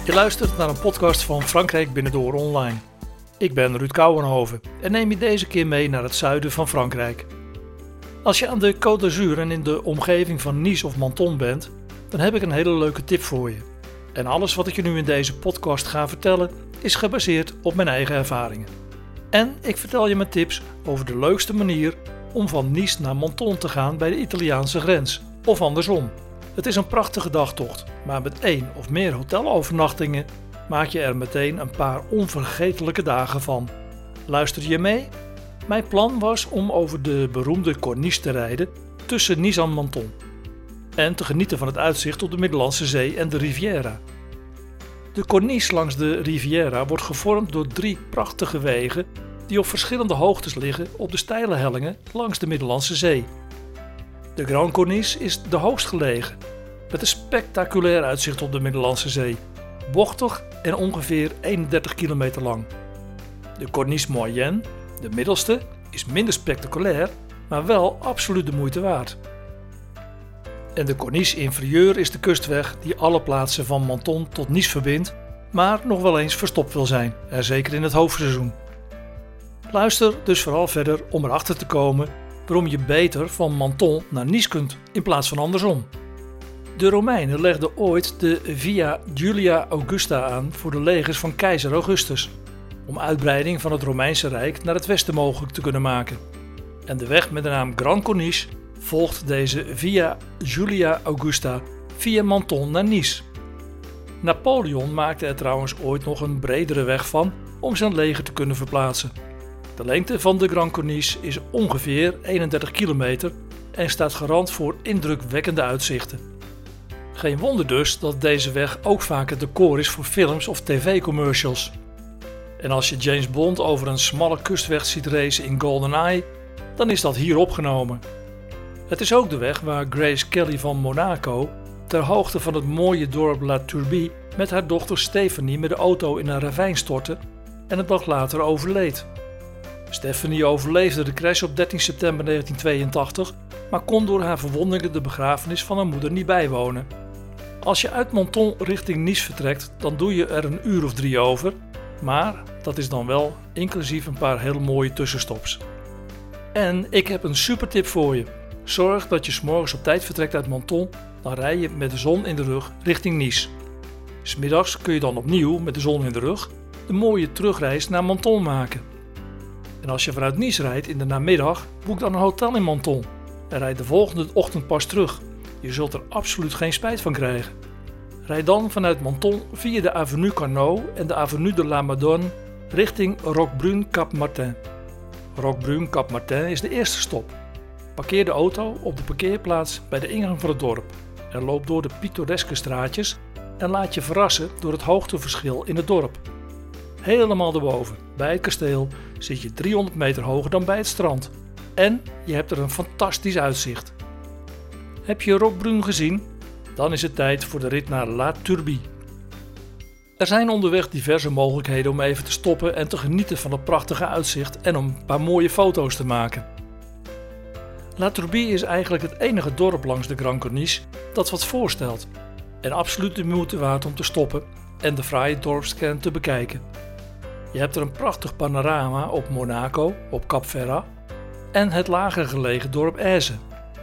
Je luistert naar een podcast van Frankrijk Binnendoor Online. Ik ben Ruud Kouwenhoven en neem je deze keer mee naar het zuiden van Frankrijk. Als je aan de Côte d'Azur en in de omgeving van Nice of Menton bent, dan heb ik een hele leuke tip voor je. En alles wat ik je nu in deze podcast ga vertellen is gebaseerd op mijn eigen ervaringen. En ik vertel je mijn tips over de leukste manier om van Nice naar Menton te gaan bij de Italiaanse grens, of andersom. Het is een prachtige dagtocht, maar met 1 of meer hotelovernachtingen maak je er meteen een paar onvergetelijke dagen van. Luister je mee? Mijn plan was om over de beroemde Corniche te rijden tussen Nice en Menton en te genieten van het uitzicht op de Middellandse Zee en de Riviera. De Corniche langs de Riviera wordt gevormd door 3 prachtige wegen die op verschillende hoogtes liggen op de steile hellingen langs de Middellandse Zee. De Grande Corniche is de hoogst gelegen, met een spectaculair uitzicht op de Middellandse Zee, bochtig en ongeveer 31 kilometer lang. De Corniche Moyenne, de middelste, is minder spectaculair, maar wel absoluut de moeite waard. En de Corniche Inférieure is de kustweg die alle plaatsen van Menton tot Nice verbindt, maar nog wel eens verstopt wil zijn, en zeker in het hoofdseizoen. Luister dus vooral verder om erachter te komen waarom je beter van Menton naar Nice kunt in plaats van andersom. De Romeinen legden ooit de Via Julia Augusta aan voor de legers van keizer Augustus, om uitbreiding van het Romeinse Rijk naar het westen mogelijk te kunnen maken. En de weg met de naam Grande Corniche volgt deze Via Julia Augusta via Menton naar Nice. Napoleon maakte er trouwens ooit nog een bredere weg van om zijn leger te kunnen verplaatsen. De lengte van de Grande Corniche is ongeveer 31 kilometer en staat garant voor indrukwekkende uitzichten. Geen wonder dus dat deze weg ook vaak het decor is voor films of tv-commercials. En als je James Bond over een smalle kustweg ziet racen in GoldenEye, dan is dat hier opgenomen. Het is ook de weg waar Grace Kelly van Monaco ter hoogte van het mooie dorp La Turbie met haar dochter Stephanie met de auto in een ravijn stortte en een dag later overleed. Stephanie overleefde de crash op 13 september 1982, maar kon door haar verwondingen de begrafenis van haar moeder niet bijwonen. Als je uit Menton richting Nice vertrekt, dan doe je er een uur of 3 over, maar dat is dan wel inclusief een paar hele mooie tussenstops. En ik heb een super tip voor je. Zorg dat je 's morgens op tijd vertrekt uit Menton, dan rij je met de zon in de rug richting Nice. 'S Middags kun je dan opnieuw met de zon in de rug de mooie terugreis naar Menton maken. En als je vanuit Nice rijdt in de namiddag, boek dan een hotel in Menton en rijd de volgende ochtend pas terug. Je zult er absoluut geen spijt van krijgen. Rijd dan vanuit Menton via de Avenue Carnot en de Avenue de la Madone richting Roquebrune-Cap Martin. Roquebrune-Cap Martin is de eerste stop. Parkeer de auto op de parkeerplaats bij de ingang van het dorp en loop door de pittoreske straatjes en laat je verrassen door het hoogteverschil in het dorp. Helemaal erboven, bij het kasteel, zit je 300 meter hoger dan bij het strand en je hebt er een fantastisch uitzicht. Heb je Roquebrune gezien? Dan is het tijd voor de rit naar La Turbie. Er zijn onderweg diverse mogelijkheden om even te stoppen en te genieten van het prachtige uitzicht en om een paar mooie foto's te maken. La Turbie is eigenlijk het enige dorp langs de Grande Corniche dat wat voorstelt en absoluut de moeite waard om te stoppen en de fraaie dorpskern te bekijken. Je hebt er een prachtig panorama op Monaco, op Cap Ferrat en het lager gelegen dorp Aise.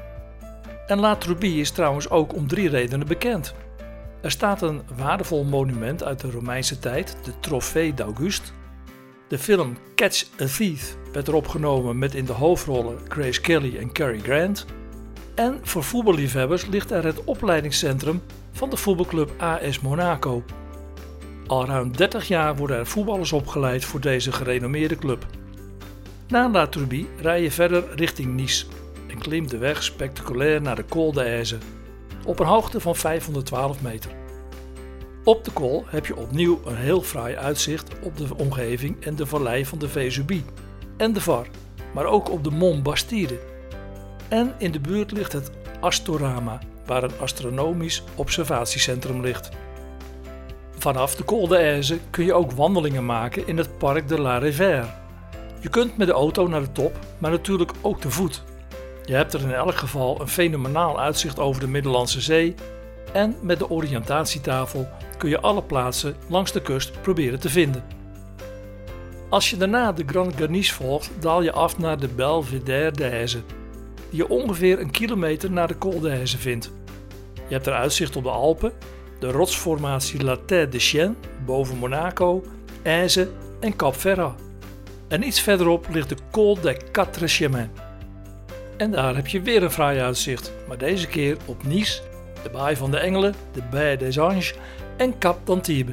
En La Turbie is trouwens ook om 3 redenen bekend. Er staat een waardevol monument uit de Romeinse tijd, de Trophée d'Auguste. De film Catch a Thief werd erop genomen met in de hoofdrollen Grace Kelly en Cary Grant. En voor voetballiefhebbers ligt er het opleidingscentrum van de voetbalclub AS Monaco. Al ruim 30 jaar worden er voetballers opgeleid voor deze gerenommeerde club. Na La Turbie rij je verder richting Nice en klimt de weg spectaculair naar de Col d'Aise, op een hoogte van 512 meter. Op de col heb je opnieuw een heel fraai uitzicht op de omgeving en de vallei van de Vésubie en de Var, maar ook op de Mont Bastide. En in de buurt ligt het Astorama, waar een astronomisch observatiecentrum ligt. Vanaf de Col d'Aise kun je ook wandelingen maken in het Parc de la Rivière. Je kunt met de auto naar de top, maar natuurlijk ook te voet. Je hebt er in elk geval een fenomenaal uitzicht over de Middellandse Zee En met de oriëntatietafel kun je alle plaatsen langs de kust proberen te vinden. Als je daarna de Grande Garniche volgt, daal je af naar de Belvédère d'Aise, die je ongeveer een kilometer naar de Col d'Aise vindt. Je hebt er uitzicht op de Alpen, de rotsformatie La Tête de Chien boven Monaco, Aise en Cap Ferrat. En iets verderop ligt de Col des Quatre Chemins. En daar heb je weer een fraai uitzicht, maar deze keer op Nice, de Baai van de Engelen, de Baie des Anges en Cap d'Antibes.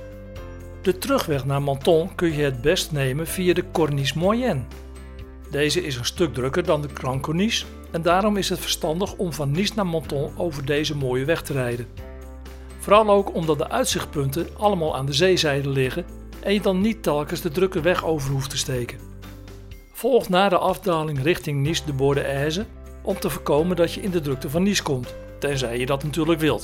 De terugweg naar Menton kun je het best nemen via de Corniche Moyenne. Deze is een stuk drukker dan de Grande Corniche en daarom is het verstandig om van Nice naar Menton over deze mooie weg te rijden. Vooral ook omdat de uitzichtpunten allemaal aan de zeezijde liggen en je dan niet telkens de drukke weg over hoeft te steken. Volg na de afdaling richting Nice de Bord d'Aise om te voorkomen dat je in de drukte van Nice komt, tenzij je dat natuurlijk wilt.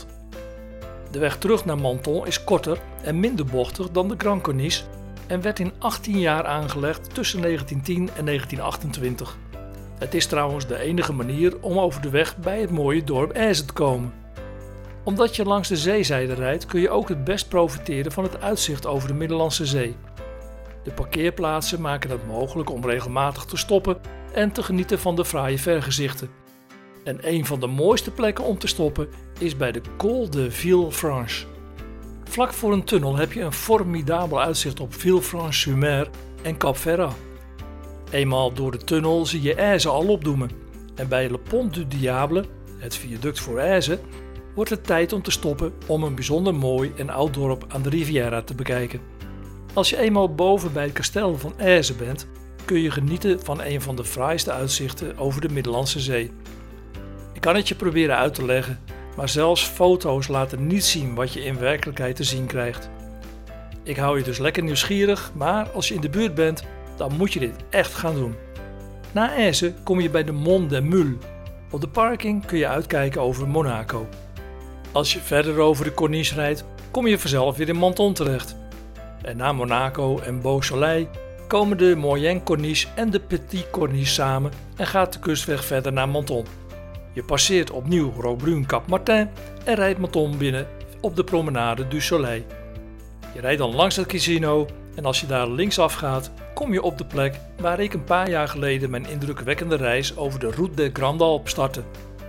De weg terug naar Menton is korter en minder bochtig dan de Grande Corniche en werd in 18 jaar aangelegd tussen 1910 en 1928. Het is trouwens de enige manier om over de weg bij het mooie dorp Aise te komen. Omdat je langs de zeezijde rijdt kun je ook het best profiteren van het uitzicht over de Middellandse Zee. De parkeerplaatsen maken het mogelijk om regelmatig te stoppen en te genieten van de fraaie vergezichten. En een van de mooiste plekken om te stoppen is bij de Col de Villefranche. Vlak voor een tunnel heb je een formidabel uitzicht op Villefranche-sur-Mer en Cap Ferrat. Eenmaal door de tunnel zie je Aise al opdoemen en bij Le Pont du Diable, het viaduct voor Aise, wordt het tijd om te stoppen om een bijzonder mooi en oud dorp aan de Riviera te bekijken. Als je eenmaal boven bij het kasteel van Aise bent, kun je genieten van een van de fraaiste uitzichten over de Middellandse Zee. Ik kan het je proberen uit te leggen, maar zelfs foto's laten niet zien wat je in werkelijkheid te zien krijgt. Ik hou je dus lekker nieuwsgierig, maar als je in de buurt bent, dan moet je dit echt gaan doen. Na Aise kom je bij de Mont des Mules. Op de parking kun je uitkijken over Monaco. Als je verder over de Corniche rijdt, kom je vanzelf weer in Menton terecht. En na Monaco en Beausoleil komen de Moyenne Corniche en de Petite Corniche samen en gaat de kustweg verder naar Menton. Je passeert opnieuw Roquebrune-Cap Martin en rijdt Menton binnen op de promenade du Soleil. Je rijdt dan langs het casino en als je daar linksaf gaat, kom je op de plek waar ik een paar jaar geleden mijn indrukwekkende reis over de Route des Grandes Alpes startte.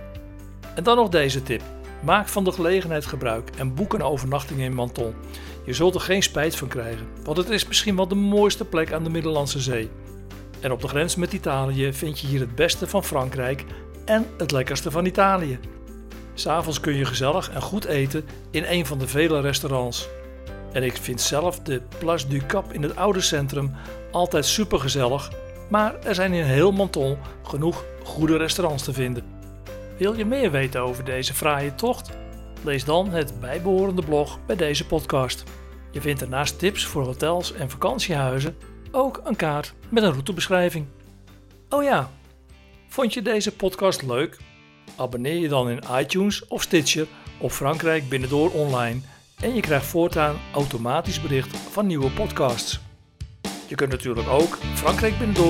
En dan nog deze tip. Maak van de gelegenheid gebruik en boek een overnachting in Menton. Je zult er geen spijt van krijgen, want het is misschien wel de mooiste plek aan de Middellandse Zee. En op de grens met Italië vind je hier het beste van Frankrijk en het lekkerste van Italië. 'S Avonds kun je gezellig en goed eten in een van de vele restaurants. En ik vind zelf de Place du Cap in het oude centrum altijd supergezellig, maar er zijn in heel Menton genoeg goede restaurants te vinden. Wil je meer weten over deze fraaie tocht? Lees dan het bijbehorende blog bij deze podcast. Je vindt er naast tips voor hotels en vakantiehuizen ook een kaart met een routebeschrijving. Oh ja, vond je deze podcast leuk? Abonneer je dan in iTunes of Stitcher op Frankrijk Binnendoor Online en je krijgt voortaan automatisch bericht van nieuwe podcasts. Je kunt natuurlijk ook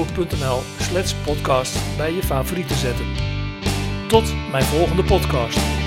frankrijkbinnendoor.nl/podcast bij je favorieten zetten. Tot mijn volgende podcast.